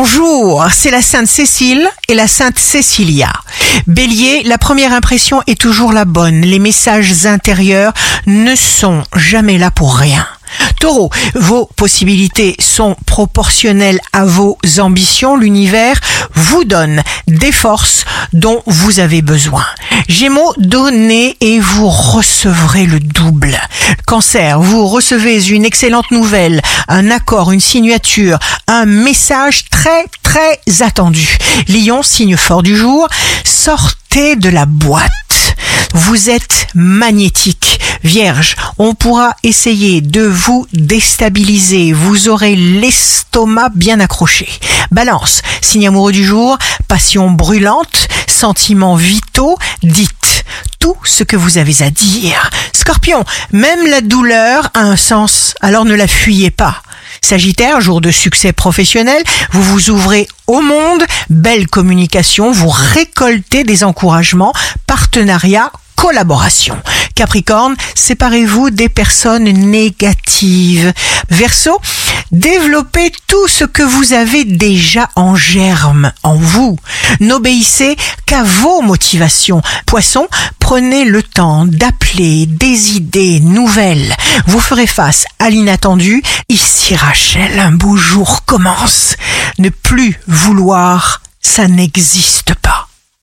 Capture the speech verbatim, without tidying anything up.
Bonjour, c'est la Sainte Cécile et la Sainte Cécilia. Bélier, la première impression est toujours la bonne. Les messages intérieurs ne sont jamais là pour rien. Taureau, vos possibilités sont proportionnelles à vos ambitions. L'univers vous donne des forces dont vous avez besoin. Gémeaux, donnez et vous recevrez le double. Cancer, vous recevez une excellente nouvelle, un accord, une signature, un message très très attendu. Lion, signe fort du jour, sortez de la boîte. Vous êtes magnétique. Vierge, on pourra essayer de vous déstabiliser. Vous aurez l'estomac bien accroché. Balance, signe amoureux du jour, passion brûlante, sentiments vitaux, dites tout ce que vous avez à dire. Scorpion, même la douleur a un sens, alors ne la fuyez pas. Sagittaire, jour de succès professionnel, vous vous ouvrez au monde, belle communication, vous récoltez des encouragements, partenariats, collaboration. Capricorne, séparez-vous des personnes négatives. Verseau, développez tout ce que vous avez déjà en germe en vous. N'obéissez qu'à vos motivations. Poisson, prenez le temps d'appeler des idées nouvelles. Vous ferez face à l'inattendu. Ici Rachel, un beau jour commence. Ne plus vouloir, ça n'existe pas.